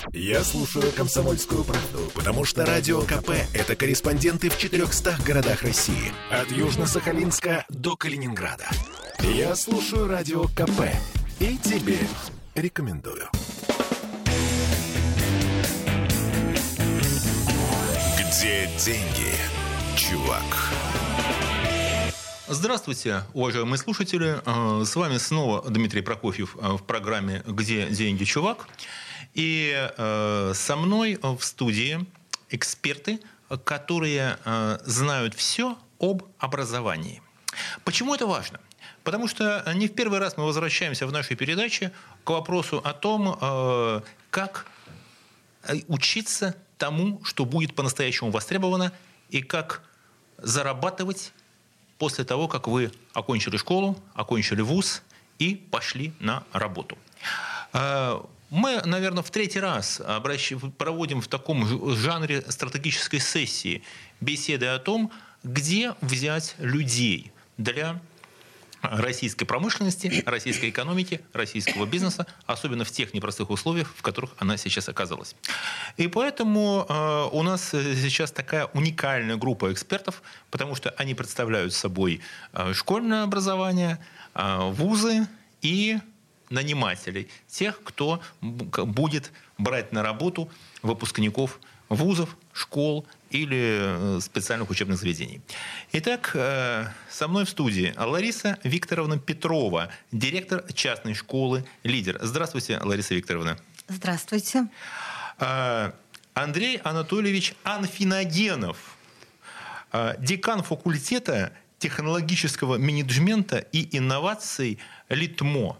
Я слушаю «Комсомольскую правду», потому что Радио КП – это корреспонденты в 400 городах России. От Южно-Сахалинска до Калининграда. Я слушаю Радио КП и тебе рекомендую. Где деньги, чувак? Здравствуйте, уважаемые слушатели. С вами снова Дмитрий Прокофьев в программе «Где деньги, чувак?». И со мной в студии эксперты, которые знают все об образовании. Почему это важно? Потому что не в первый раз мы возвращаемся в нашей передаче к вопросу о том, как учиться тому, что будет по-настоящему востребовано, и как зарабатывать после того, как вы окончили школу, окончили вуз и пошли на работу. Мы, наверное, в третий раз проводим в таком жанре стратегической сессии беседы о том, где взять людей для российской промышленности, российской экономики, российского бизнеса, особенно в тех непростых условиях, в которых она сейчас оказалась. И поэтому у нас сейчас такая уникальная группа экспертов, потому что они представляют собой школьное образование, вузы и нанимателей, тех, кто будет брать на работу выпускников вузов, школ или специальных учебных заведений. Итак, со мной в студии Лариса Викторовна Петрова, директор частной школы «Лидер». Здравствуйте, Лариса Викторовна. Здравствуйте. Андрей Анатольевич Анфиногенов, декан факультета технологического менеджмента и инноваций ЛИТМО.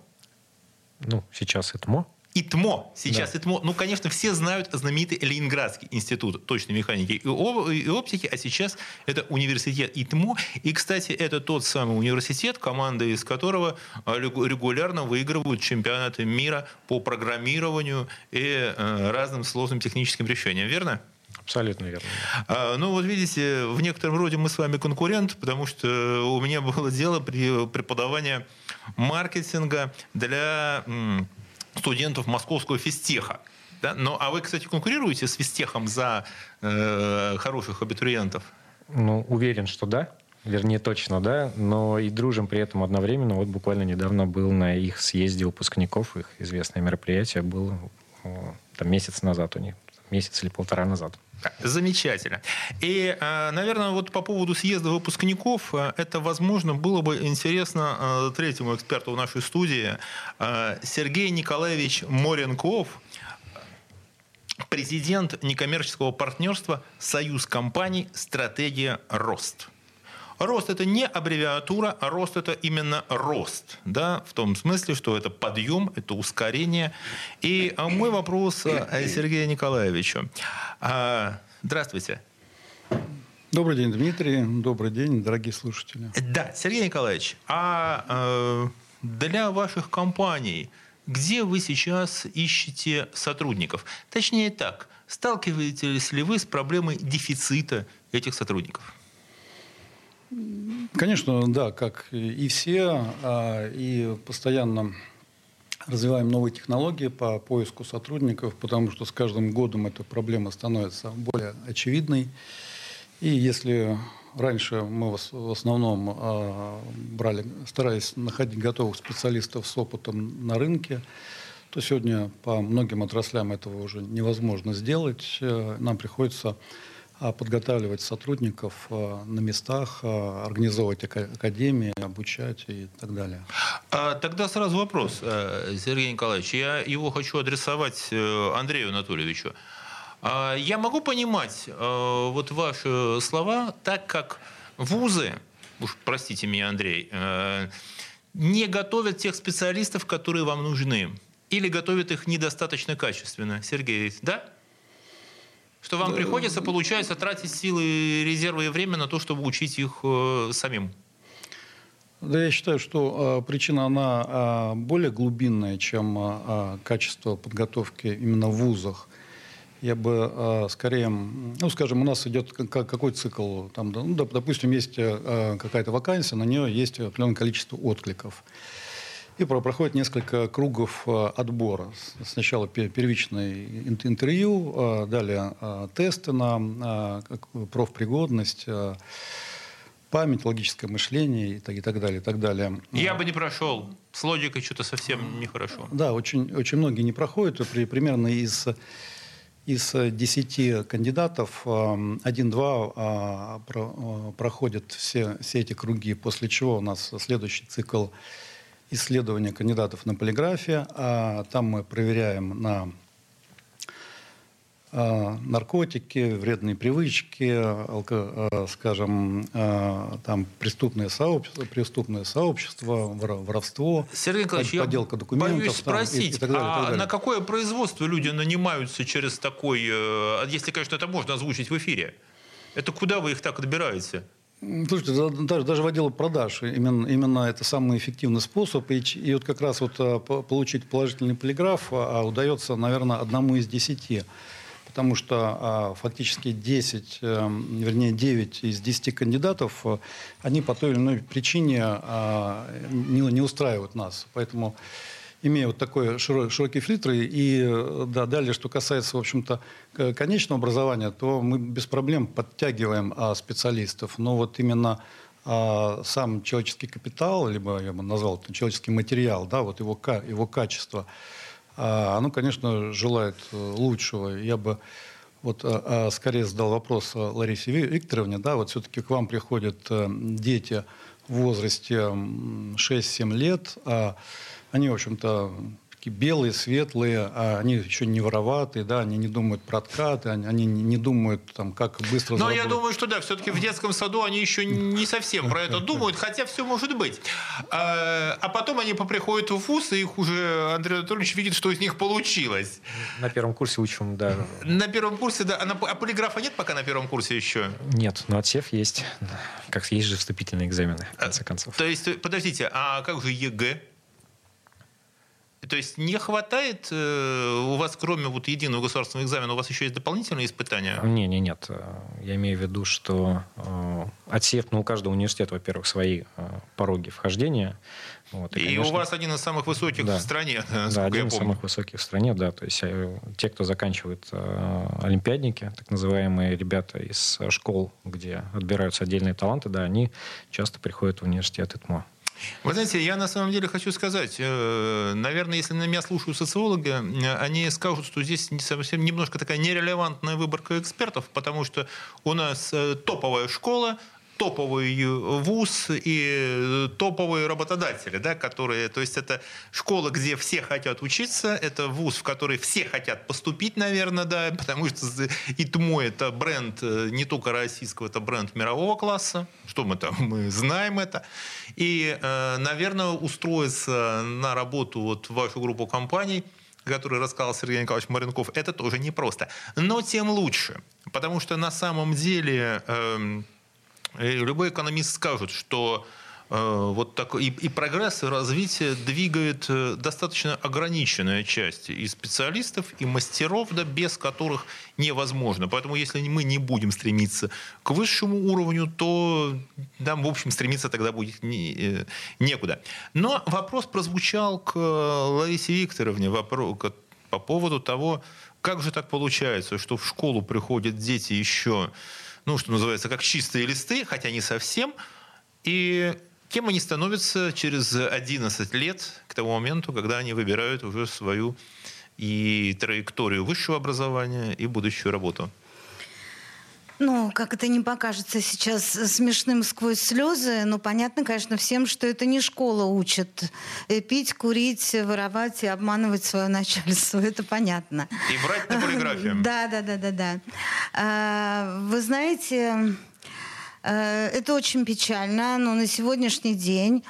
Сейчас ИТМО. ИТМО. Сейчас да. ИТМО. Конечно, все знают знаменитый Ленинградский институт точной механики и оптики, а сейчас это университет ИТМО. И, кстати, это тот самый университет, команды из которого регулярно выигрывают чемпионаты мира по программированию и разным сложным техническим решениям. Верно? Абсолютно верно. Вот видите, в некотором роде мы с вами конкурент, потому что у меня было дело при преподавании маркетинга для студентов московского физтеха. Да? А вы, кстати, конкурируете с физтехом за хороших абитуриентов? Уверен, что да. Вернее, точно да. Но и дружим при этом одновременно. Вот буквально недавно был на их съезде выпускников. Их известное мероприятие было месяц назад у них. Месяц или полтора назад. Замечательно. И, наверное, вот по поводу съезда выпускников, это, возможно, было бы интересно третьему эксперту в нашей студии, Сергей Николаевич Моренков, президент некоммерческого партнерства «Союз компаний. Стратегия Рост». Рост – это не аббревиатура, а рост – это именно рост. Да? В том смысле, что это подъем, это ускорение. И мой вопрос Сергею Николаевичу. Здравствуйте. Добрый день, Дмитрий. Добрый день, дорогие слушатели. Да, Сергей Николаевич, для ваших компаний где вы сейчас ищете сотрудников? Точнее так, сталкиваетесь ли вы с проблемой дефицита этих сотрудников? Конечно, да, как и все, и постоянно развиваем новые технологии по поиску сотрудников, потому что с каждым годом эта проблема становится более очевидной. И если раньше мы в основном старались находить готовых специалистов с опытом на рынке, то сегодня по многим отраслям этого уже невозможно сделать. Нам приходится подготавливать сотрудников на местах, организовывать академии, обучать и так далее. Тогда сразу вопрос, Сергей Николаевич. Я его хочу адресовать Андрею Анатольевичу. Я могу понимать вот ваши слова так, как вузы, уж простите меня, Андрей, не готовят тех специалистов, которые вам нужны, или готовят их недостаточно качественно. Сергей, да? Что вам приходится, получается, тратить силы, резервы и время на то, чтобы учить их самим? Да, я считаю, что причина, она более глубинная, чем качество подготовки именно в вузах. Я бы скорее, скажем, у нас идет какой цикл, там, допустим, есть какая-то вакансия, на нее есть определенное количество откликов. И проходит несколько кругов отбора. Сначала первичное интервью, далее тесты на профпригодность, память, логическое мышление и так далее, и так далее. Я бы не прошел. С логикой что-то совсем нехорошо. Да, очень многие не проходят. Примерно из 10 кандидатов 1-2 проходят все эти круги, после чего у нас следующий цикл исследования кандидатов на полиграфе. Там мы проверяем на наркотики, вредные привычки, скажем, там преступное сообщество, воровство, Сергей Николаевич, подделка документов. Боюсь спросить, и так далее, и так далее. На какое производство люди нанимаются через такой, если, конечно, это можно озвучить в эфире? Это куда вы их так отбираете? Слушайте, даже в отделе продаж именно это самый эффективный способ. И вот как раз получить положительный полиграф удается, наверное, 1 из 10. Потому что фактически 9 из 10 кандидатов, они по той или иной причине не устраивают нас. Поэтому, имея вот такой широкий фильтр, и далее, что касается, в общем-то, конечного образования, то мы без проблем подтягиваем специалистов. Но вот именно сам человеческий капитал, либо я бы назвал это человеческий материал, да, вот его качество, оно, конечно, желает лучшего. Я бы скорее задал вопрос Ларисе Викторовне. Да, вот все-таки к вам приходят дети в возрасте 6-7 лет. Они, в общем-то, такие белые, светлые, они еще не вороватые, да, они не думают про откаты, они не думают, там, как быстро Но заработать. я думаю, что да, все-таки в детском саду они еще не совсем про это думают, хотя все может быть. А потом они поприходят в вуз, и их уже Андрей Анатольевич видит, что из них получилось. На первом курсе учим, да. На первом курсе, да. А полиграфа нет пока на первом курсе еще? Нет, но отсев есть. Как есть же вступительные экзамены, в конце концов. То есть, подождите, а как же ЕГЭ? То есть не хватает у вас, кроме единого государственного экзамена, у вас еще есть дополнительные испытания? Нет. Я имею в виду, что отсев, у каждого университета, во-первых, свои пороги вхождения. Вот, и конечно, у вас один из самых высоких в стране, да, один из самых высоких в стране, да. То есть те, кто заканчивает олимпиадники, так называемые ребята из школ, где отбираются отдельные таланты, да, они часто приходят в университет ИТМО. Вы знаете, я на самом деле хочу сказать, наверное, если на меня слушают социологи, они скажут, что здесь совсем немножко такая нерелевантная выборка экспертов, потому что у нас топовая школа, топовый вуз и топовые работодатели, да, которые, то есть это школа, где все хотят учиться, это вуз, в который все хотят поступить, наверное, да, потому что ИТМО это бренд не только российского, это бренд мирового класса, что мы знаем это, и, наверное, устроиться на работу в вашу группу компаний, который рассказал Сергей Николаевич Маренков, это тоже непросто, но тем лучше, потому что на самом деле любой экономист скажет, что и прогресс, и развитие двигает достаточно ограниченная часть и специалистов, и мастеров, да, без которых невозможно. Поэтому если мы не будем стремиться к высшему уровню, то нам, в общем, стремиться тогда будет некуда. Но вопрос прозвучал к Ларисе Викторовне по поводу того, как же так получается, что в школу приходят дети еще, что называется, как чистые листы, хотя не совсем, и кем они становятся через 11 лет, к тому моменту, когда они выбирают уже свою и траекторию высшего образования, и будущую работу. Как это не покажется сейчас смешным сквозь слезы, но понятно, конечно, всем, что это не школа учит пить, курить, воровать и обманывать свое начальство. Это понятно. И врать на полиграфе. Да. Вы знаете, это очень печально, но на сегодняшний день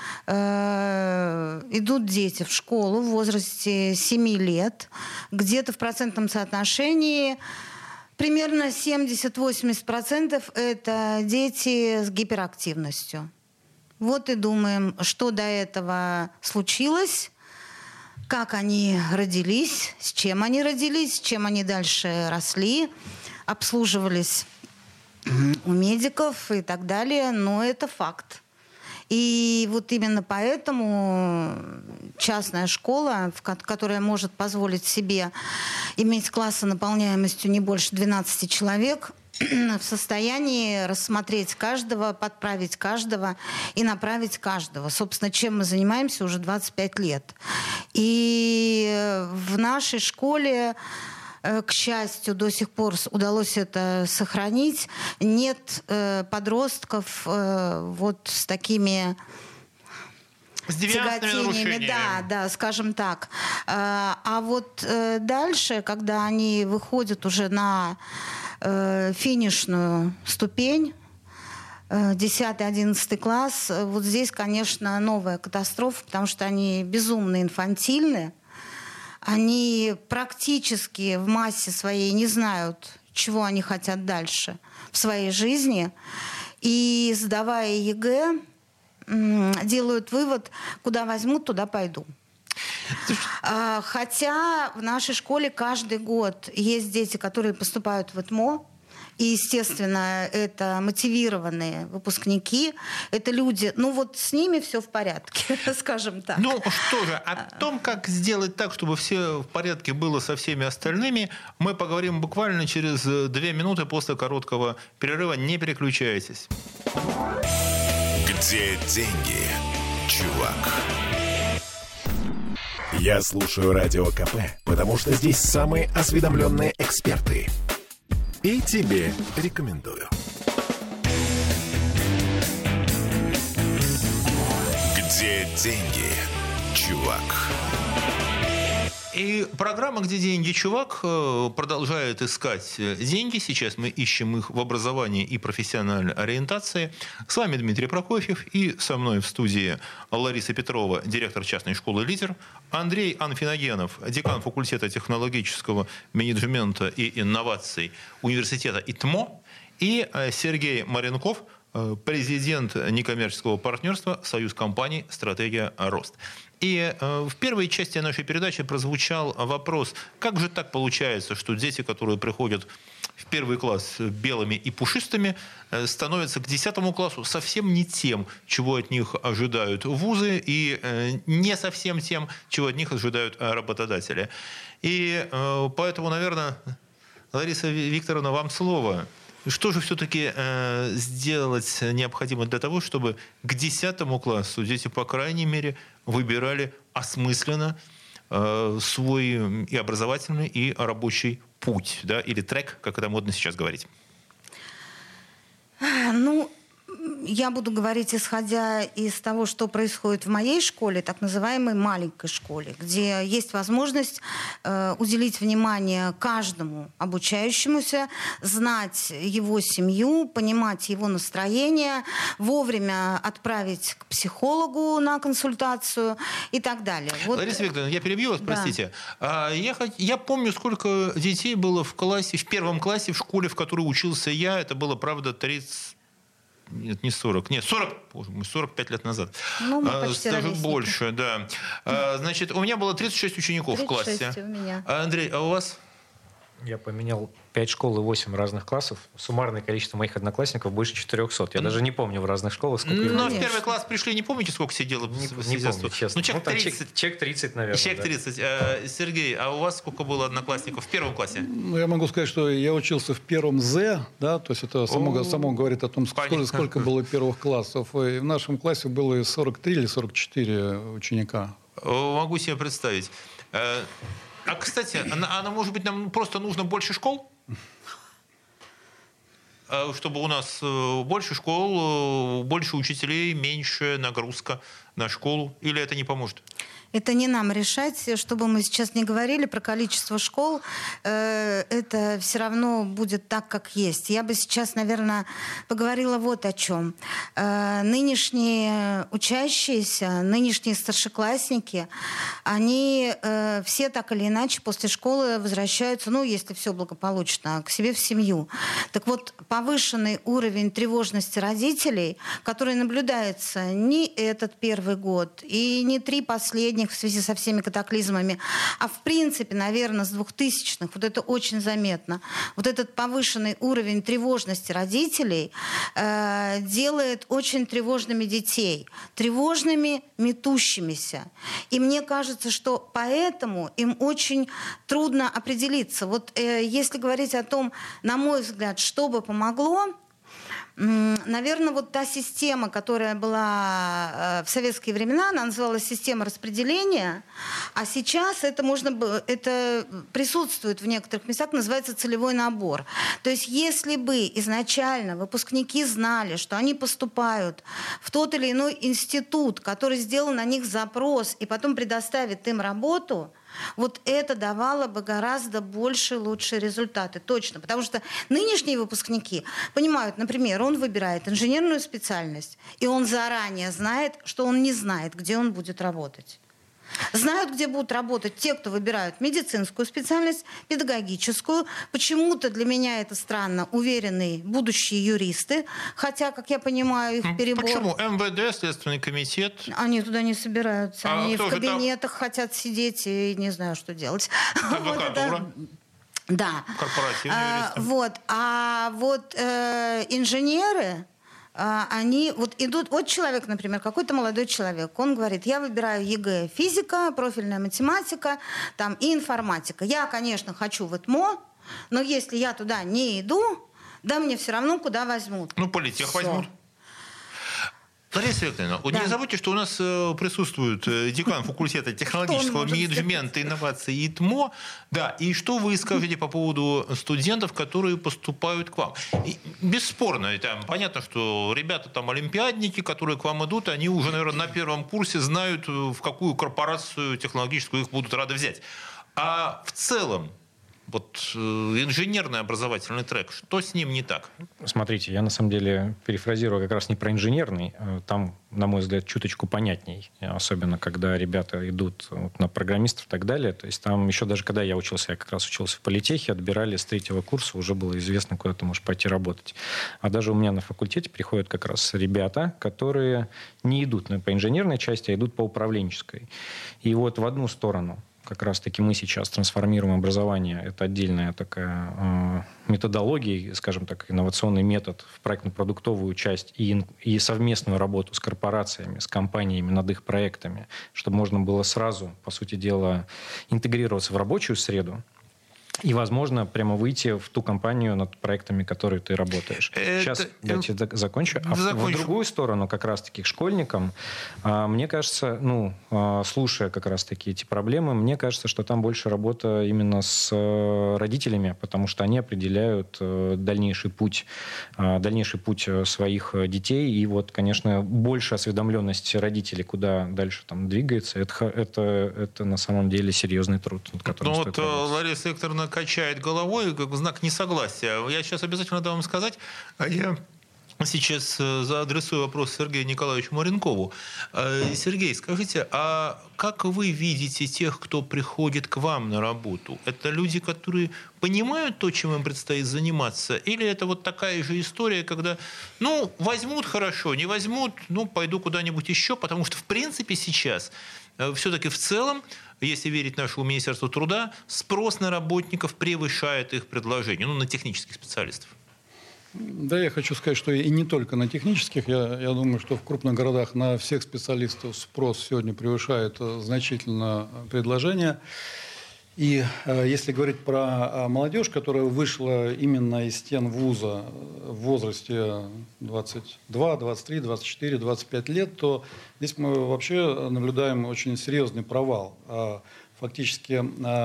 идут дети в школу в возрасте 7 лет, где-то в процентном соотношении примерно 70-80% это дети с гиперактивностью. Вот и думаем, что до этого случилось, как они родились, с чем они дальше росли, обслуживались у медиков и так далее, но это факт. И вот именно поэтому частная школа, которая может позволить себе иметь классы наполняемостью не больше 12 человек, в состоянии рассмотреть каждого, подправить каждого и направить каждого. Собственно, чем мы занимаемся уже 25 лет. И в нашей школе, к счастью, до сих пор удалось это сохранить. Нет подростков вот с такими... С девиантными нарушениями. Да, скажем так. А вот дальше, когда они выходят уже на финишную ступень, 10-11 класс, вот здесь, конечно, новая катастрофа, потому что они безумно инфантильны. Они практически в массе своей не знают, чего они хотят дальше в своей жизни. И, сдавая ЕГЭ, делают вывод: куда возьмут, туда пойду. Хотя в нашей школе каждый год есть дети, которые поступают в ЭТМО. И, естественно, это мотивированные выпускники. Это люди, ну вот с ними все в порядке, скажем так. Ну что же, о том, как сделать так, чтобы все в порядке было со всеми остальными, мы поговорим буквально через 2 минуты после короткого перерыва. Не переключайтесь. Где деньги, чувак? Я слушаю Радио КП, потому что здесь самые осведомленные эксперты. И тебе рекомендую. Где деньги, чувак? И программа «Где деньги, чувак» продолжает искать деньги. Сейчас мы ищем их в образовании и профессиональной ориентации. С вами Дмитрий Прокофьев, и со мной в студии Лариса Петрова, директор частной школы «Лидер», Андрей Анфиногенов, декан факультета технологического менеджмента и инноваций университета ИТМО, и Сергей Маренков, президент некоммерческого партнерства «Союз компаний. Стратегия. Рост». И в первой части нашей передачи прозвучал вопрос: как же так получается, что дети, которые приходят в первый класс белыми и пушистыми, становятся к 10 классу совсем не тем, чего от них ожидают вузы, и не совсем тем, чего от них ожидают работодатели. И поэтому, наверное, Лариса Викторовна, вам слово. Что же все-таки сделать необходимо для того, чтобы к 10 классу дети, по крайней мере, выбирали осмысленно свой и образовательный, и рабочий путь, да, или трек, как это модно сейчас говорить? Ну, я буду говорить, исходя из того, что происходит в моей школе, так называемой маленькой школе, где есть возможность уделить внимание каждому обучающемуся, знать его семью, понимать его настроение, вовремя отправить к психологу на консультацию и так далее. Вот. Лариса Викторовна, я перебью вас, простите. Да. Я помню, сколько детей было в первом классе в школе, в которой учился я. Это было, правда, 30... Нет, не 40. Нет, 40, боже мой, 45 лет назад. Ну, мы почти даже ровесники. больше, да. Значит, у меня было 36 учеников 36 в классе. у меня. Андрей, а у вас? Я поменял 5 школ и 8 разных классов. Суммарное количество моих одноклассников больше 400. Я даже не помню в разных школах, сколько их. Ну, в первый класс пришли, не помните, сколько сидело? Не помню, честно. Ну, человек 30. Человек 30, наверное. Человек 30. Сергей, а у вас сколько было одноклассников в первом классе? Ну, я могу сказать, что я учился в первом З, да, то есть это само говорит о том, сколько было первых классов. И в нашем классе было 43 или 44 ученика. Могу себе представить. А, кстати, может быть, нам просто нужно больше школ? Чтобы у нас больше школ, больше учителей, меньше нагрузка на школу? Или это не поможет? Это не нам решать, что бы мы сейчас не говорили про количество школ, это все равно будет так, как есть. Я бы сейчас, наверное, поговорила вот о чем. Нынешние учащиеся, нынешние старшеклассники, они все так или иначе после школы возвращаются, ну, если все благополучно, к себе в семью. Так вот, повышенный уровень тревожности родителей, который наблюдается не этот первый год и не 3 последних последних в связи со всеми катаклизмами, а в принципе, наверное, с 2000-х, вот это очень заметно, вот этот повышенный уровень тревожности родителей делает очень тревожными детей, тревожными, метущимися. И мне кажется, что поэтому им очень трудно определиться. Вот если говорить о том, на мой взгляд, что бы помогло, наверное, вот та система, которая была в советские времена, она называлась система распределения, а сейчас это присутствует в некоторых местах, называется целевой набор. То есть если бы изначально выпускники знали, что они поступают в тот или иной институт, который сделал на них запрос и потом предоставит им работу, вот это давало бы гораздо больше, лучшие результаты. Точно. Потому что нынешние выпускники понимают, например, он выбирает инженерную специальность, и он заранее знает, что он не знает, где он будет работать. Знают, где будут работать те, кто выбирают медицинскую специальность, педагогическую. Почему-то для меня это странно. Уверенные будущие юристы. Хотя, как я понимаю, их перебор... Почему? МВД, Следственный комитет? Они туда не собираются. Они в кабинетах там... хотят сидеть и не знаю, что делать. Адвокатура? Да. Корпоративные юристы? А вот инженеры... они вот идут, вот человек, например, какой-то молодой человек, он говорит, я выбираю ЕГЭ, физика, профильная математика там, и информатика. Я, конечно, хочу в ИТМО, но если я туда не иду, да мне все равно куда возьмут. Ну, политех возьмут. Лариса Викторовна, Да. не забудьте, что у нас присутствует декан факультета технологического менеджмента, инноваций и ТМО. Да, и что вы скажете по поводу студентов, которые поступают к вам? И бесспорно, там, понятно, что ребята там олимпиадники, которые к вам идут, они уже, наверное, на первом курсе знают, в какую корпорацию технологическую их будут рады взять. А в целом, вот инженерный образовательный трек, что с ним не так? Смотрите, я на самом деле перефразирую как раз не про инженерный. Там, на мой взгляд, чуточку понятней. Особенно, когда ребята идут вот, на программистов и так далее. То есть там еще даже когда я учился, я как раз учился в политехе, отбирали с 3-го курса, уже было известно, куда ты можешь пойти работать. А даже у меня на факультете приходят как раз ребята, которые не идут по инженерной части, а идут по управленческой. И вот в одну сторону как раз-таки мы сейчас трансформируем образование. Это отдельная такая методология, скажем так, инновационный метод в проектно-продуктовую часть и совместную работу с корпорациями, с компаниями над их проектами, чтобы можно было сразу, по сути дела, интегрироваться в рабочую среду и, возможно, прямо выйти в ту компанию над проектами, которые ты работаешь. Сейчас дайте закончу. А в другую сторону, как раз-таки к школьникам, мне кажется, слушая как раз-таки эти проблемы, мне кажется, что там больше работа именно с родителями, потому что они определяют дальнейший путь своих детей. И вот, конечно, больше осведомленность родителей, куда дальше там двигается, это на самом деле серьезный труд, над которым стоит работать. Лариса Викторовна качает головой, как знак несогласия. Я сейчас обязательно дам вам сказать, а я сейчас заадресую вопрос Сергею Николаевичу Маренкову. Сергей, скажите, а как вы видите тех, кто приходит к вам на работу? Это люди, которые понимают то, чем им предстоит заниматься? Или это вот такая же история, когда, возьмут хорошо, не возьмут, пойду куда-нибудь еще, потому что, в принципе, сейчас все-таки в целом, если верить нашему Министерству труда, спрос на работников превышает их предложение, на технических специалистов. Да, я хочу сказать, что и не только на технических. Я думаю, что в крупных городах на всех специалистов спрос сегодня превышает значительно предложение. И если говорить про молодежь, которая вышла именно из стен вуза в возрасте 22, 23, 24, 25 лет, то здесь мы вообще наблюдаем очень серьезный провал. Фактически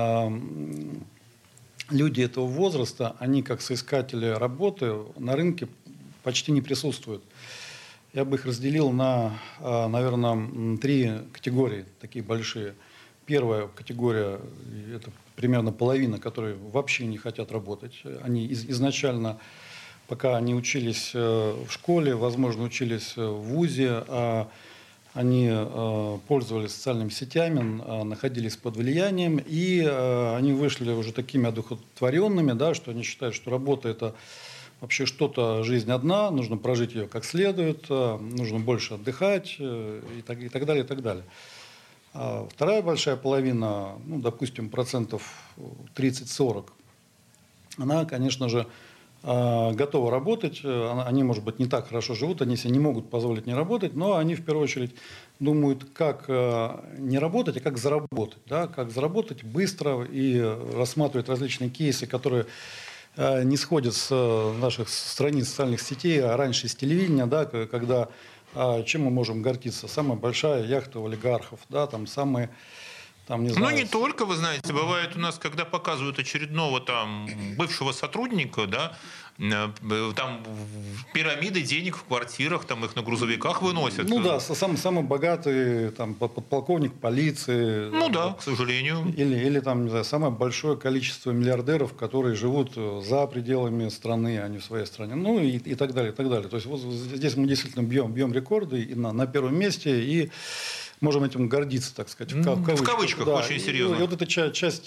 люди этого возраста, они как соискатели работы на рынке почти не присутствуют. Я бы их разделил на, наверное, 3 категории, такие большие. Первая категория – это примерно половина, которые вообще не хотят работать. Они изначально, пока они учились в школе, возможно, учились в вузе, они пользовались социальными сетями, находились под влиянием, и они вышли уже такими одухотворенными, да, что они считают, что работа – это вообще что-то, жизнь одна, нужно прожить ее как следует, нужно больше отдыхать и так далее, и так далее. А вторая большая половина, ну, допустим, процентов 30-40, она, конечно же, готова работать. Они, может быть, не так хорошо живут, они себе не могут позволить не работать, но они, в первую очередь, думают, как не работать, а как заработать. Да? Как заработать быстро и рассматривают различные кейсы, которые не сходят с наших страниц социальных сетей, а раньше из телевидения, да, когда чем мы можем гордиться? Самая большая яхта олигархов, да, там самые... Там, не знаю, ну, не только, вы знаете, бывает у нас, когда показывают очередного там бывшего сотрудника, да, там пирамиды денег в квартирах, там их на грузовиках выносят. Ну да, самый богатый там, подполковник полиции. Ну да, к сожалению. Или там, не знаю, самое большое количество миллиардеров, которые живут за пределами страны, а не в своей стране. Ну и так далее, и так далее. То есть вот здесь мы действительно бьем рекорды и на первом месте, и можем этим гордиться, так сказать, в кавычках. Да. Очень серьезно. И вот эта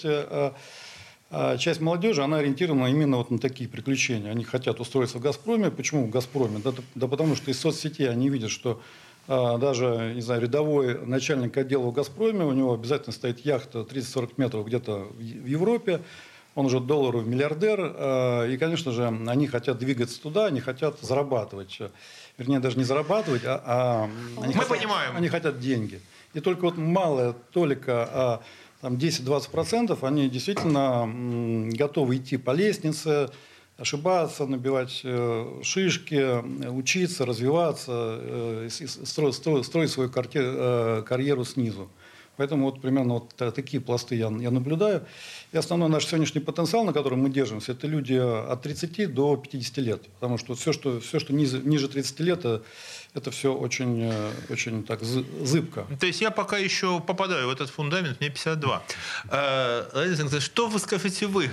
часть молодежи, она ориентирована именно вот на такие приключения. Они хотят устроиться в «Газпроме». Почему в «Газпроме»? Да потому что из соцсетей они видят, что даже, не знаю, рядовой начальник отдела в «Газпроме», у него обязательно стоит яхта 30-40 метров где-то в Европе, он уже долларовый миллиардер, и, конечно же, они хотят двигаться туда, они хотят зарабатывать. Вернее, даже не зарабатывать, они хотят деньги. И только вот малая толика, там 10-20%, они действительно готовы идти по лестнице, ошибаться, набивать шишки, учиться, развиваться, строить свою карьеру снизу. Поэтому вот примерно вот такие пласты я наблюдаю. И основной наш сегодняшний потенциал, на котором мы держимся, это люди от 30 до 50 лет. Потому что все, что ниже 30 лет, это все очень, очень так зыбко. То есть я пока еще попадаю в этот фундамент, мне 52. Лариса, что вы скажете вы?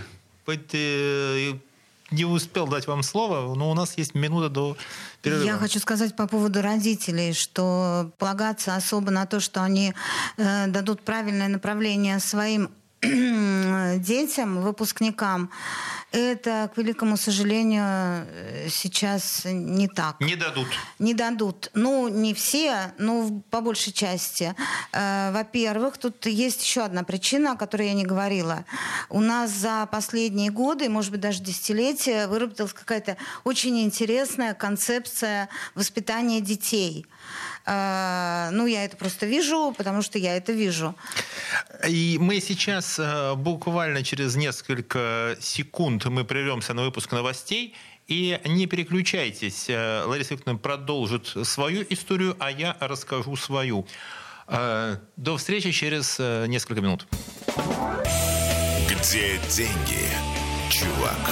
Не успел дать вам слово, но у нас есть минута до перерыва. Я хочу сказать по поводу родителей, что полагаться особо на то, что они дадут правильное направление своим детям, выпускникам, это, к великому сожалению, сейчас не так. Не дадут. Не дадут. Ну, не все, но по большей части. Во-первых, тут есть еще одна причина, о которой я не говорила. У нас за последние годы, может быть, даже десятилетия, выработалась какая-то очень интересная концепция воспитания детей. Ну, я это просто вижу, потому что я это вижу. И мы сейчас буквально через несколько секунд мы прервемся на выпуск новостей. И не переключайтесь. Лариса Викторовна продолжит свою историю, а я расскажу свою. До встречи через несколько минут. Где деньги, чувак?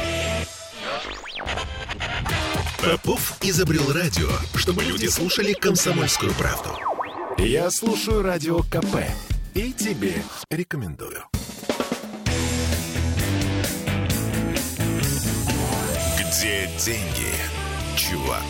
Попов изобрел радио, чтобы люди слушали «Комсомольскую правду». Я слушаю радио КП и тебе рекомендую. Где деньги, чувак?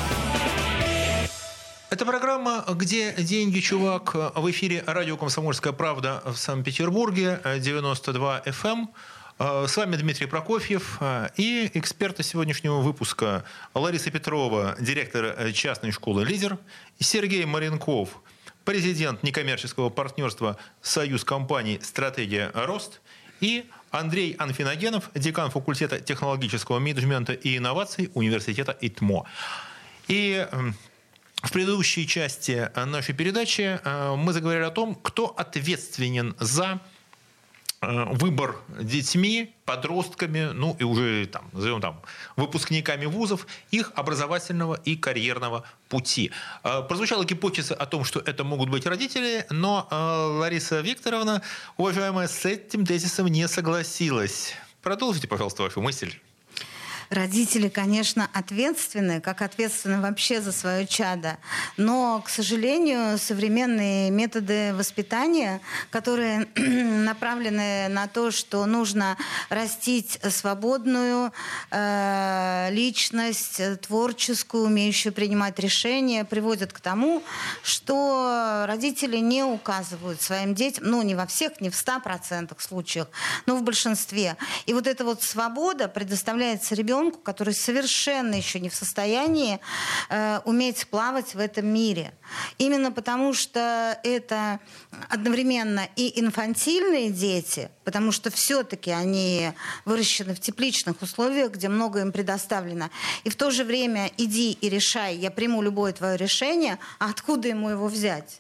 Это программа «Где деньги, чувак?» в эфире радио «Комсомольская правда» в Санкт-Петербурге, 92 FM. С вами Дмитрий Прокофьев и эксперты сегодняшнего выпуска Лариса Петрова, директор частной школы «Лидер», и Сергей Маренков, президент некоммерческого партнерства «Союз компаний. Стратегия. Рост», и Андрей Анфиногенов, декан факультета технологического менеджмента и инноваций университета ИТМО. И в предыдущей части нашей передачи мы заговорили о том, кто ответственен за выбор детьми, подростками, ну и уже там, назовем там, выпускниками вузов, их образовательного и карьерного пути. Прозвучала гипотеза о том, что это могут быть родители, но Лариса Викторовна, уважаемая, с этим тезисом не согласилась. Продолжите, пожалуйста, вашу мысль. Родители, конечно, ответственны, как ответственны вообще за свое чадо. Но, к сожалению, современные методы воспитания, которые направлены на то, что нужно растить свободную личность, творческую, умеющую принимать решения, приводят к тому, что родители не указывают своим детям, ну, не во всех, не в 100% случаях, но в большинстве. И вот эта вот свобода предоставляется ребенку ребенку, который совершенно еще не в состоянии уметь плавать в этом мире. Именно потому, что это одновременно и инфантильные дети, потому что все-таки они выращены в тепличных условиях, где много им предоставлено. И в то же время иди и решай, я приму любое твое решение, а откуда ему его взять?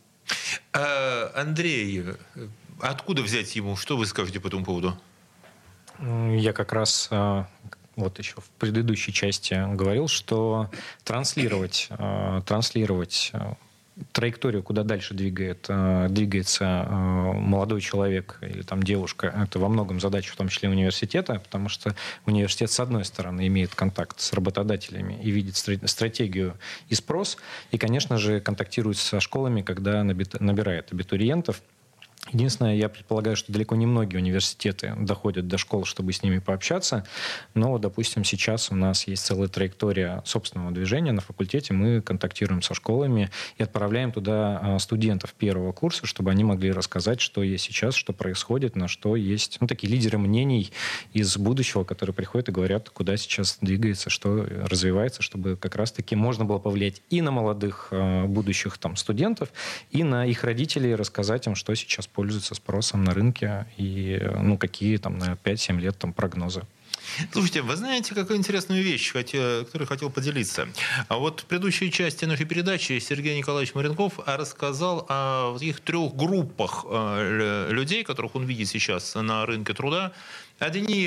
Андрей, откуда взять ему? Что вы скажете по этому поводу? Я как раз вот еще в предыдущей части говорил, что транслировать траекторию, куда дальше двигается молодой человек или там девушка, это во многом задача в том числе университета, потому что университет, с одной стороны, имеет контакт с работодателями и видит стратегию и спрос, и, конечно же, контактирует со школами, когда набирает абитуриентов. Единственное, я предполагаю, что далеко не многие университеты доходят до школ, чтобы с ними пообщаться. Но, допустим, сейчас у нас есть целая траектория собственного движения. На факультете мы контактируем со школами и отправляем туда студентов первого курса, чтобы они могли рассказать, что есть сейчас, что происходит, на что есть такие лидеры мнений из будущего, которые приходят и говорят, куда сейчас двигается, что развивается, чтобы как раз-таки можно было повлиять и на молодых будущих студентов, и на их родителей, рассказать им, что сейчас пользуется спросом на рынке и какие на 5-7 лет прогнозы. Слушайте, вы знаете, какую интересную вещь, которой хотел поделиться. А вот в предыдущей части нашей передачи Сергей Николаевич Маренков рассказал о таких 3 группах людей, которых он видит сейчас на рынке труда. Одни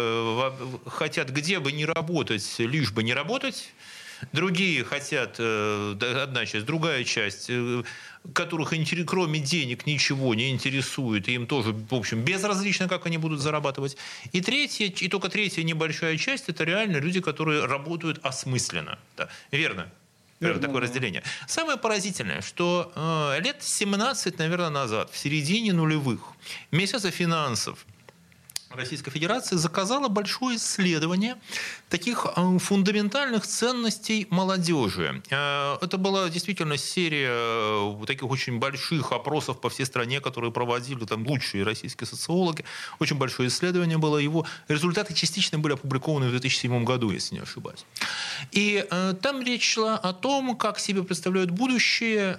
хотят где бы ни работать, лишь бы не работать. Другие хотят, одна часть, другая часть, которых кроме денег ничего не интересует, и им тоже, в общем, безразлично, как они будут зарабатывать. И только третья небольшая часть – это реально люди, которые работают осмысленно. Да, верно? Такое разделение. Самое поразительное, что лет 17, наверное, назад, в середине нулевых, Министерство финансов Российской Федерации заказала большое исследование таких фундаментальных ценностей молодежи. Это была действительно серия таких очень больших опросов по всей стране, которые проводили лучшие российские социологи. Очень большое исследование было. Его результаты частично были опубликованы в 2007 году, если не ошибаюсь. И там речь шла о том, как себе представляют будущее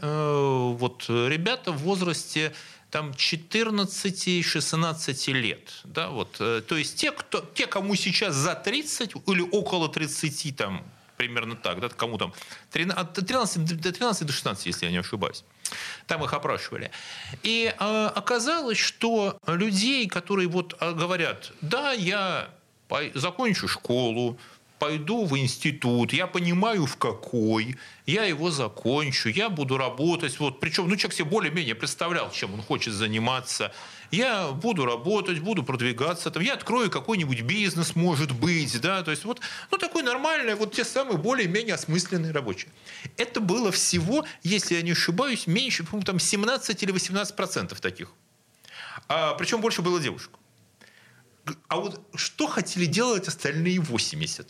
ребята в возрасте 14-16 лет. Да, то есть те, кому сейчас за 30 или около 30, примерно так, да, кому от 13 до 16, если я не ошибаюсь. Там их опрашивали. И оказалось, что людей, которые говорят, да, я закончу школу, пойду в институт, я понимаю, в какой, я его закончу, я буду работать. Причем, человек себе более-менее представлял, чем он хочет заниматься. Я буду работать, буду продвигаться, я открою какой-нибудь бизнес, может быть, да, то есть такой нормальный, те самые более-менее осмысленные рабочие. Это было всего, если я не ошибаюсь, меньше, по-моему, 17 или 18% таких. Причем больше было девушек. А что хотели делать остальные 80%?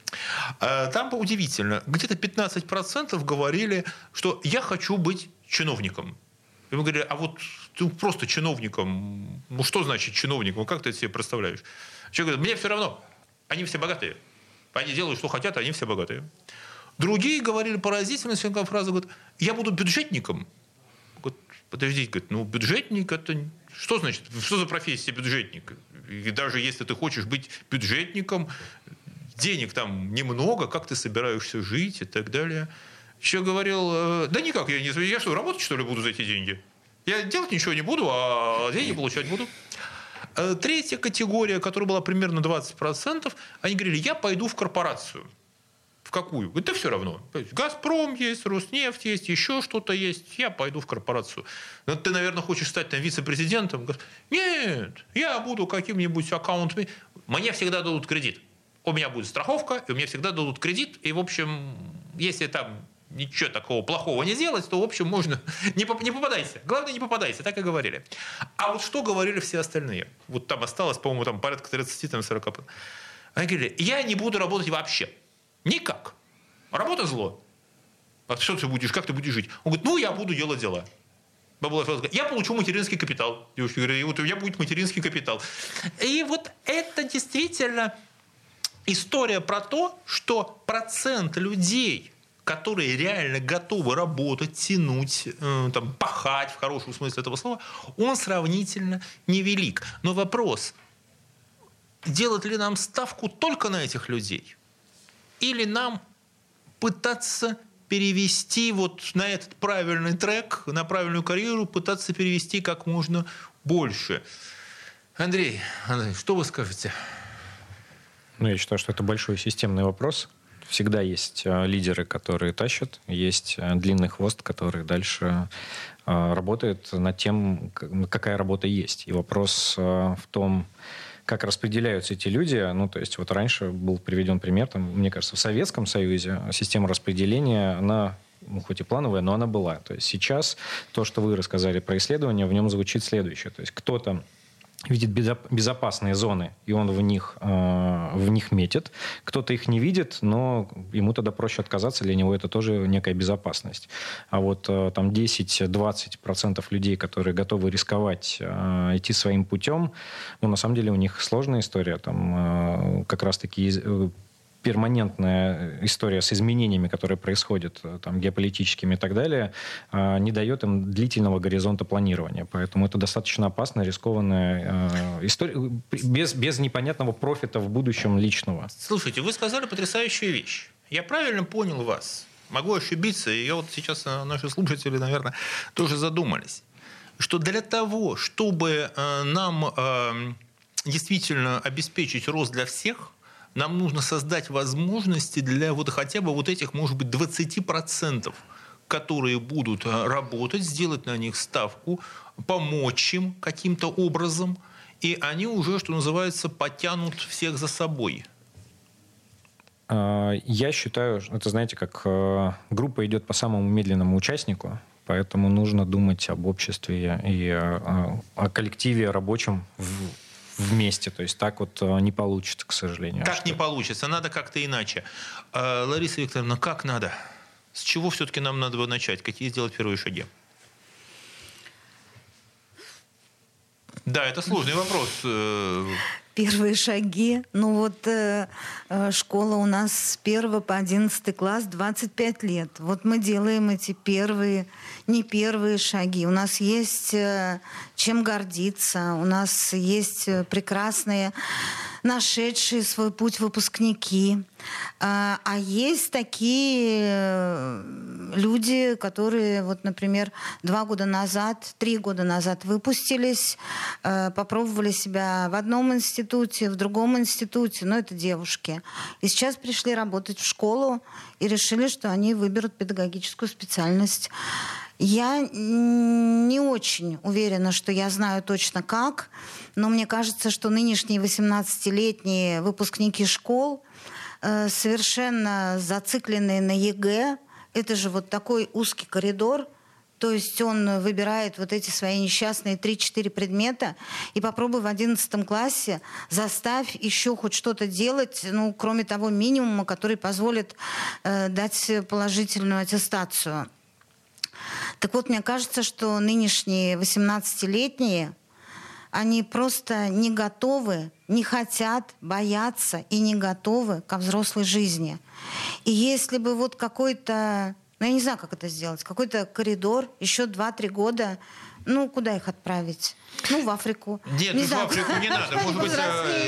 Там удивительно, где-то 15% говорили, что я хочу быть чиновником. И мы говорили, ты просто чиновником, что значит чиновником, как ты это себе представляешь? Человек говорит, мне все равно, они все богатые, они делают, что хотят, они все богатые. Другие говорили поразительно, фраза, говорят, я буду бюджетником. Подождите, бюджетник это... Что значит, что за профессия бюджетник? И даже если ты хочешь быть бюджетником, денег там немного, как ты собираешься жить и так далее. Еще говорил, да никак, я что, работать что ли буду за эти деньги? Я делать ничего не буду, а деньги получать буду. Третья категория, которая была примерно 20%, они говорили, я пойду в корпорацию. В какую? Да все равно. «Газпром» есть, «Роснефть» есть, еще что-то есть. Я пойду в корпорацию. Но ты, наверное, хочешь стать вице-президентом? Нет, я буду каким-нибудь аккаунтом. Мне всегда дадут кредит. У меня будет страховка, и мне всегда дадут кредит. И, в общем, если там ничего такого плохого не сделать, то, в общем, можно... Не попадайся. Главное, не попадайся. Так и говорили. А что говорили все остальные? Там осталось, по-моему, порядка 30-40%. Они говорили, я не буду работать вообще. Никак. Работа зло. А что ты будешь, как ты будешь жить? Он говорит, я буду делать дела. Я получу материнский капитал. Девушка говорит, у меня будет материнский капитал. И это действительно история про то, что процент людей, которые реально готовы работать, тянуть, там, пахать в хорошем смысле этого слова, он сравнительно невелик. Но вопрос, делать ли нам ставку только на этих людей? Или нам пытаться перевести вот на этот правильный трек, на правильную карьеру, пытаться перевести как можно больше? Андрей, что вы скажете? Я считаю, что это большой системный вопрос. Всегда есть лидеры, которые тащат, есть длинный хвост, который дальше работает над тем, какая работа есть. И вопрос в том, как распределяются эти люди. То есть вот раньше был приведен пример, мне кажется, в Советском Союзе система распределения, она хоть и плановая, но она была. То есть сейчас то, что вы рассказали про исследование, в нем звучит следующее. То есть кто-то видит безопасные зоны, и он в них метит. Кто-то их не видит, но ему тогда проще отказаться, для него это тоже некая безопасность. А вот там 10-20% людей, которые готовы рисковать, идти своим путем, на самом деле у них сложная история. Там как раз-таки перманентная история с изменениями, которые происходят там, геополитическими и так далее, не дает им длительного горизонта планирования. Поэтому это достаточно опасная, рискованная история, без непонятного профита в будущем личного. Слушайте, вы сказали потрясающую вещь. Я правильно понял вас? Могу ошибиться, и я вот сейчас наши слушатели, наверное, тоже задумались, что для того, чтобы нам действительно обеспечить рост для всех, нам нужно создать возможности для хотя бы этих, может быть, 20%, которые будут работать, сделать на них ставку, помочь им каким-то образом, и они уже, что называется, потянут всех за собой. Я считаю, это, знаете, как группа идет по самому медленному участнику, поэтому нужно думать об обществе и о коллективе рабочем вместе. То есть так вот не получится, к сожалению. Так не получится. Надо как-то иначе. Лариса Викторовна, как надо? С чего все-таки нам надо начать? Какие сделать первые шаги? Да, это сложный вопрос. Первые шаги. Школа у нас с 1 по 11 класс 25 лет. Вот мы делаем эти не первые шаги. У нас есть чем гордиться. У нас есть прекрасные, нашедшие свой путь выпускники. А есть такие люди, которые, например, 3 года назад выпустились, попробовали себя в одном институте, в другом институте, но это девушки. И сейчас пришли работать в школу и решили, что они выберут педагогическую специальность. Я не очень уверена, что я знаю точно как, но мне кажется, что нынешние 18-летние выпускники школ совершенно зацикленные на ЕГЭ. Это же такой узкий коридор. То есть он выбирает эти свои несчастные 3-4 предмета и попробуй в 11 классе заставь еще хоть что-то делать, кроме того минимума, который позволит дать положительную аттестацию. Так вот, мне кажется, что нынешние 18-летние, они просто не готовы, не хотят, боятся и не готовы ко взрослой жизни. И если бы какой-то, я не знаю, как это сделать, какой-то коридор, еще 2-3 года, куда их отправить? В Африку. Нет, в Африку не надо. Может быть,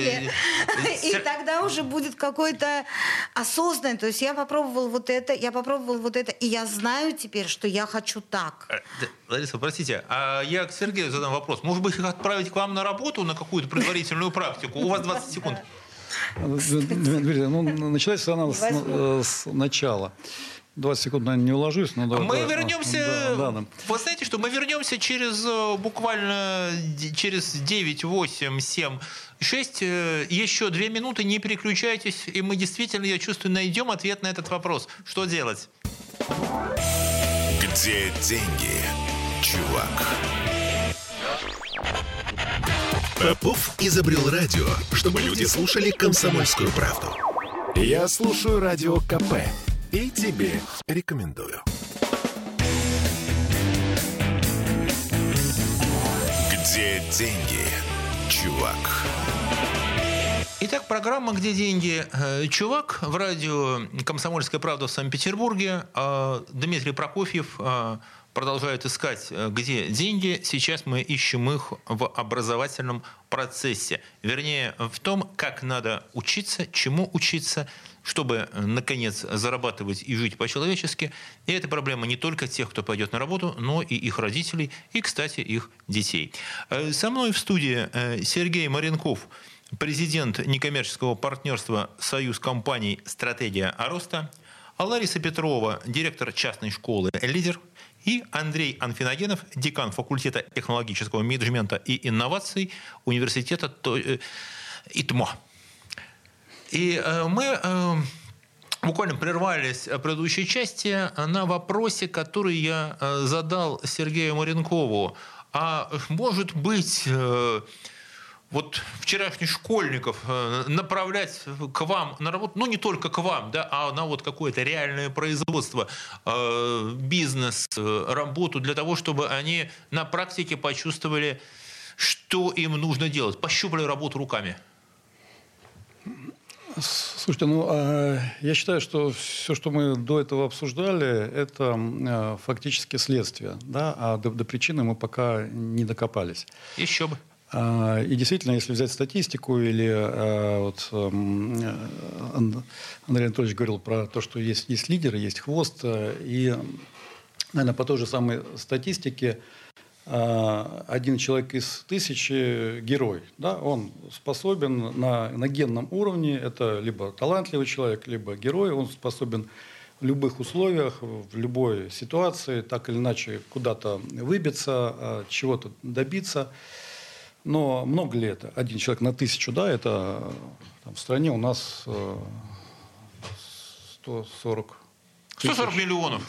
и тогда уже будет какой-то осознанный. То есть я попробовал это, и я знаю теперь, что я хочу так. Лариса, простите, а я к Сергею задам вопрос. Может быть, их отправить к вам на работу, на какую-то предварительную практику? У вас 20 секунд. Дмитрий, началась она с начала. 20 секунд, наверное, не уложусь. Но мы вернемся... Вы знаете, что мы вернемся буквально через 9, 8, 7, 6, еще 2 минуты, не переключайтесь, и мы действительно, я чувствую, найдем ответ на этот вопрос. Что делать? Где деньги, чувак? Попов изобрел радио, чтобы люди слушали «Комсомольскую правду». Я слушаю радио КП. И тебе рекомендую. Где деньги, чувак? Итак, программа «Где деньги, чувак?» в радио «Комсомольская правда» в Санкт-Петербурге. Дмитрий Прокофьев продолжает искать, где деньги. Сейчас мы ищем их в образовательном процессе. Вернее, в том, как надо учиться, чему учиться, чтобы, наконец, зарабатывать и жить по-человечески. И это проблема не только тех, кто пойдет на работу, но и их родителей, и, кстати, их детей. Со мной в студии Сергей Маренков, президент некоммерческого партнерства «Союз компаний. Стратегия роста», Лариса Петрова, директор частной школы «Лидер», и Андрей Анфиногенов, декан факультета технологического менеджмента и инноваций университета ИТМО. И мы буквально прервались в предыдущей части на вопросе, который я задал Сергею Маренкову. А может быть, вот вчерашних школьников направлять к вам на работу, ну не только к вам, да, а на вот какое-то реальное производство, бизнес, работу, для того, чтобы они на практике почувствовали, что им нужно делать, пощупали работу руками? Слушайте, я считаю, что все, что мы до этого обсуждали, это фактически следствие, да, а до причины мы пока не докопались. Еще бы. И действительно, если взять статистику, или Андрей Анатольевич говорил про то, что есть лидеры, есть хвост, и, наверное, по той же самой статистике, один человек из 1000 герой. Да? Он способен на генном уровне, это либо талантливый человек, либо герой, он способен в любых условиях, в любой ситуации, так или иначе куда-то выбиться, чего-то добиться. Но много ли это? Один человек на 1000, да, это в стране у нас 140 миллионов.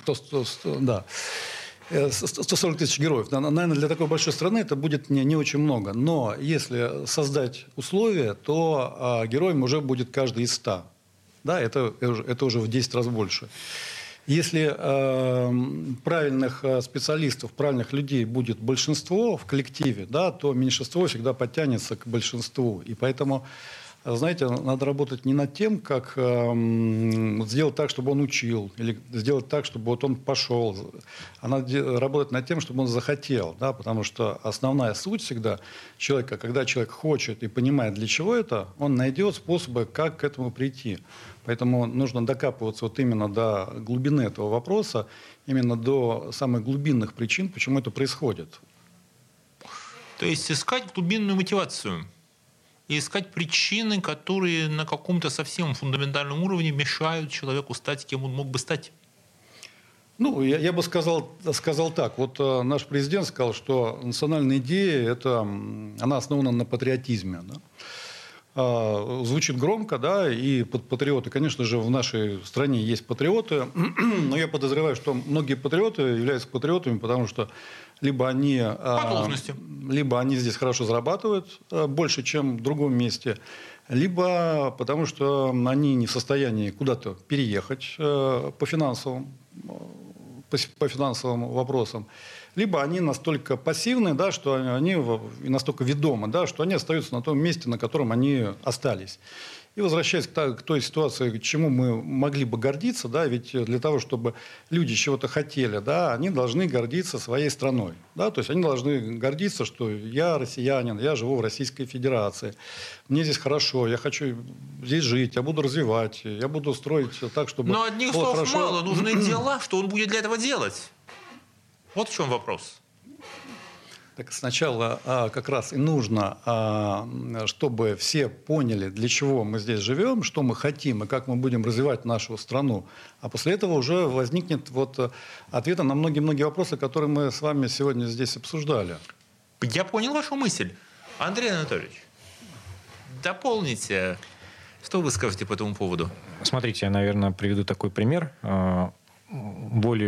140 тысяч героев. Наверное, для такой большой страны это будет не очень много. Но если создать условия, то героем уже будет каждый из 100. Да, это уже в 10 раз больше. Если правильных специалистов, правильных людей будет большинство в коллективе, да, то меньшинство всегда подтянется к большинству. И поэтому, знаете, надо работать не над тем, как сделать так, чтобы он учил, или сделать так, чтобы вот он пошел. А надо работать над тем, чтобы он захотел. Да, потому что основная суть всегда человека, когда человек хочет и понимает, для чего это, он найдет способы, как к этому прийти. Поэтому нужно докапываться вот именно до глубины этого вопроса, именно до самых глубинных причин, почему это происходит. То есть искать глубинную мотивацию и искать причины, которые на каком-то совсем фундаментальном уровне мешают человеку стать, кем он мог бы стать. Ну, я бы сказал так. Вот наш президент сказал, что национальная идея, она основана на патриотизме. Да? Звучит громко, да, и патриоты, конечно же, в нашей стране есть патриоты, но я подозреваю, что многие патриоты являются патриотами, потому что либо они здесь хорошо зарабатывают, больше, чем в другом месте, либо потому что они не в состоянии куда-то переехать по финансовым вопросам, либо они настолько пассивны, да, что они и настолько ведомы, да, что они остаются на том месте, на котором они остались. И возвращаясь к той ситуации, к чему мы могли бы гордиться, да, ведь для того, чтобы люди чего-то хотели, да, они должны гордиться своей страной. Да, то есть они должны гордиться, что я россиянин, я живу в Российской Федерации, мне здесь хорошо, я хочу здесь жить, я буду развивать, я буду строить так, чтобы Но одних было слов хорошо. мало, нужны дела, что он будет для этого делать. Вот в чем вопрос. Так сначала как раз и нужно, чтобы все поняли, для чего мы здесь живем, что мы хотим и как мы будем развивать нашу страну. А после этого уже возникнет ответы на многие-многие вопросы, которые мы с вами сегодня здесь обсуждали. Я понял вашу мысль. Андрей Анатольевич, дополните. Что вы скажете по этому поводу? Смотрите, я, наверное, приведу такой пример. Болью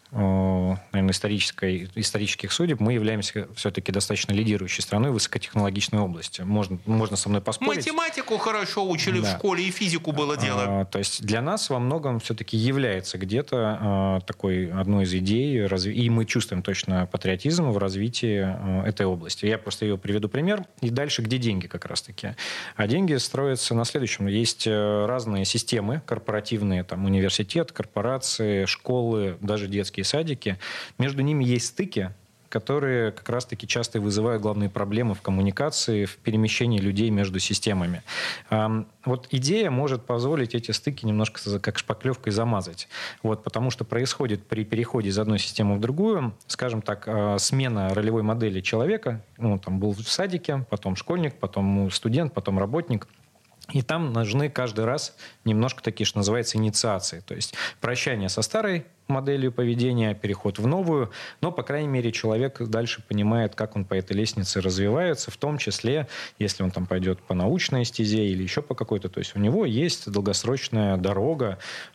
наверное, исторических судеб, мы являемся все-таки достаточно лидирующей страной в высокотехнологичной области. Можно со мной поспорить. Математику хорошо учили в школе, и физику было дело. То есть для нас во многом все-таки является где-то такой одной из идей, и мы чувствуем точно патриотизм в развитии этой области. Я просто ее приведу пример. И дальше, где деньги как раз-таки. А деньги строятся на следующем. Есть разные системы корпоративные, там университет, корпорации, школы, даже детские садики. Между ними есть стыки, которые как раз-таки часто и вызывают главные проблемы в коммуникации, в перемещении людей между системами. Вот идея может позволить эти стыки немножко как шпаклевкой замазать. Вот, потому что происходит при переходе из одной системы в другую, скажем так, смена ролевой модели человека. Там был в садике, потом школьник, потом студент, потом работник. И там нужны каждый раз немножко такие, что называется, инициации. То есть прощание со старой моделью поведения, переход в новую, но, по крайней мере, человек дальше понимает, как он по этой лестнице развивается, в том числе, если он там пойдет по научной стезе или еще по какой-то, то есть у него есть долгосрочная дорога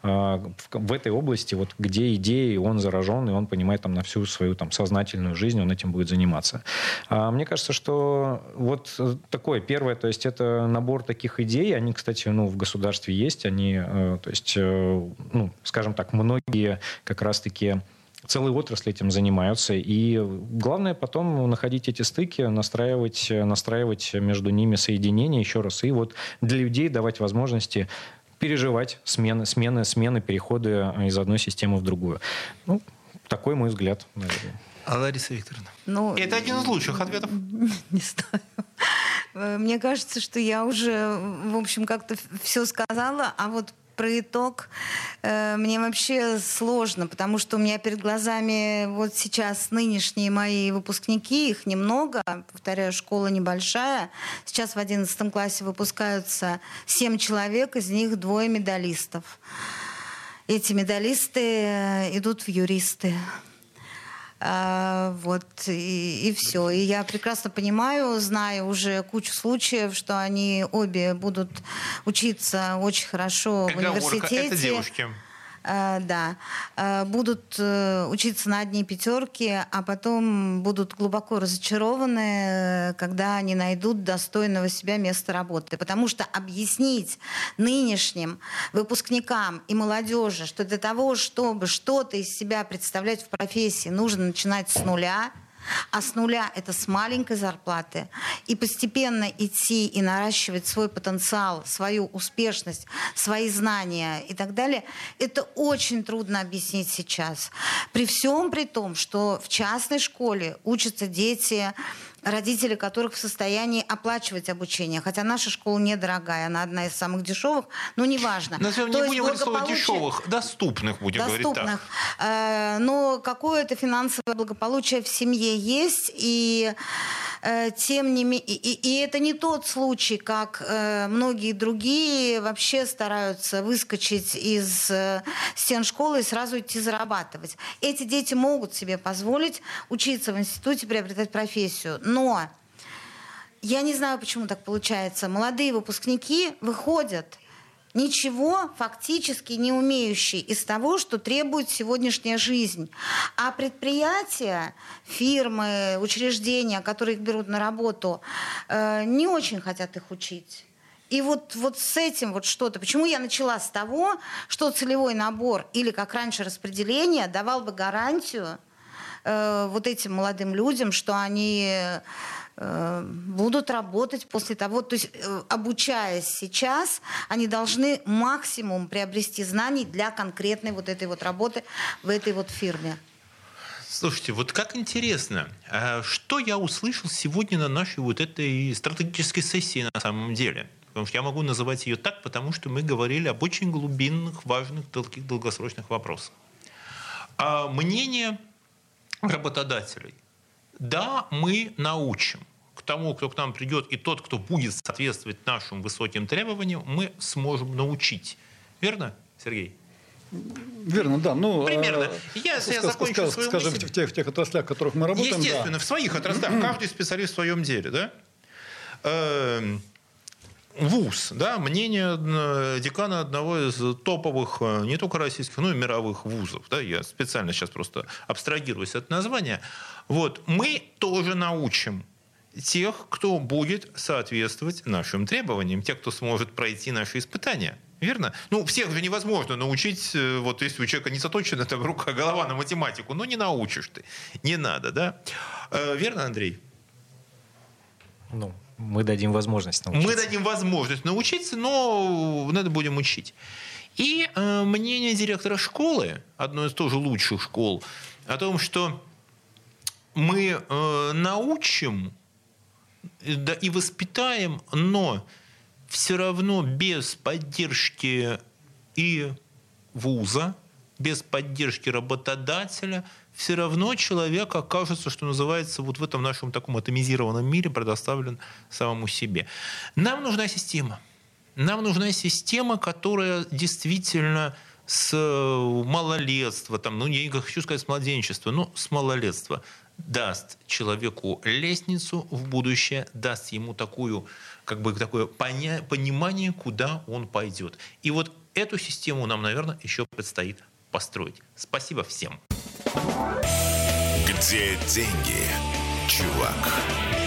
в этой области, вот, где идеей он заражен, и он понимает там, на всю свою там, сознательную жизнь, он этим будет заниматься. Мне кажется, что вот такое первое, то есть это набор таких идей, они, кстати, в государстве есть, они, то есть, скажем так, многие как раз-таки целые отрасли этим занимаются. И главное потом находить эти стыки, настраивать между ними соединения еще раз. И вот для людей давать возможности переживать смены, переходы из одной системы в другую. Такой мой взгляд, наверное. А Лариса Викторовна? Это один из лучших ответов. Не знаю. Мне кажется, что я уже, в общем, как-то все сказала, а вот про итог мне вообще сложно, потому что у меня перед глазами вот сейчас нынешние мои выпускники, их немного, повторяю, школа небольшая. Сейчас в 11 классе выпускаются 7 человек, из них 2 медалистов. Эти медалисты идут в юристы. И все. И я прекрасно понимаю, знаю уже кучу случаев, что они обе будут учиться очень хорошо в университете. Это девушки. Да, будут учиться на одни пятерки, а потом будут глубоко разочарованы, когда они найдут достойного себя места работы. Потому что объяснить нынешним выпускникам и молодежи, что для того, чтобы что-то из себя представлять в профессии, нужно начинать с нуля, а с нуля это с маленькой зарплаты, и постепенно идти и наращивать свой потенциал, свою успешность, свои знания и так далее, это очень трудно объяснить сейчас. При всем при том, что в частной школе учатся дети, родители которых в состоянии оплачивать обучение. Хотя наша школа недорогая, она одна из самых дешевых, но неважно. Не будем говорить слово дешевых, доступных будем говорить так. Но какое-то финансовое благополучие в семье есть, и тем не менее, и это не тот случай, как многие другие вообще стараются выскочить из стен школы и сразу идти зарабатывать. Эти дети могут себе позволить учиться в институте, приобретать профессию. Но я не знаю, почему так получается. Молодые выпускники выходят ничего фактически не умеющие из того, что требует сегодняшняя жизнь. А предприятия, фирмы, учреждения, которые их берут на работу, не очень хотят их учить. И вот с этим вот что-то. Почему я начала с того, что целевой набор или, как раньше, распределение давал бы гарантию вот этим молодым людям, что они будут работать после того, то есть обучаясь сейчас, они должны максимум приобрести знаний для конкретной вот этой вот работы в этой вот фирме. Слушайте, вот как интересно, что я услышал сегодня на нашей вот этой стратегической сессии на самом деле? Потому что я могу называть ее так, потому что мы говорили об очень глубинных, важных, долгосрочных вопросах. Мнение работодателей. Да, мы научим. К тому, кто к нам придет, и тот, кто будет соответствовать нашим высоким требованиям, мы сможем научить. Верно, Сергей? Верно, да. Примерно. Если я закончу свою скажем, мысль... в тех отраслях, в которых мы работаем. Естественно, да. В своих отраслях. Каждый специалист в своем деле. Да? вуз, да, мнение декана одного из топовых не только российских, но и мировых вузов. Да, я специально сейчас просто абстрагируюсь от названия. Вот, мы тоже научим тех, кто будет соответствовать нашим требованиям, тех, кто сможет пройти наши испытания. Верно? Ну, всех же невозможно научить, вот если у человека не заточена там рука, голова на математику, ну, не научишь ты. Не надо, да? Верно, Андрей? Ну, мы дадим возможность научиться. Мы дадим возможность научиться, но надо будем учить. И мнение директора школы, одной из тоже лучших школ, о том, что мы научим да, и воспитаем, но все равно без поддержки и вуза, без поддержки работодателя, все равно человек окажется, что называется, вот в этом нашем таком атомизированном мире предоставлен самому себе. Нам нужна система. Нам нужна система, которая действительно с малолетства, там, ну, я не хочу сказать с младенчества, но с малолетства даст человеку лестницу в будущее, даст ему такое понимание, куда он пойдет. И вот эту систему нам, наверное, еще предстоит построить. Спасибо всем. Где деньги, чувак?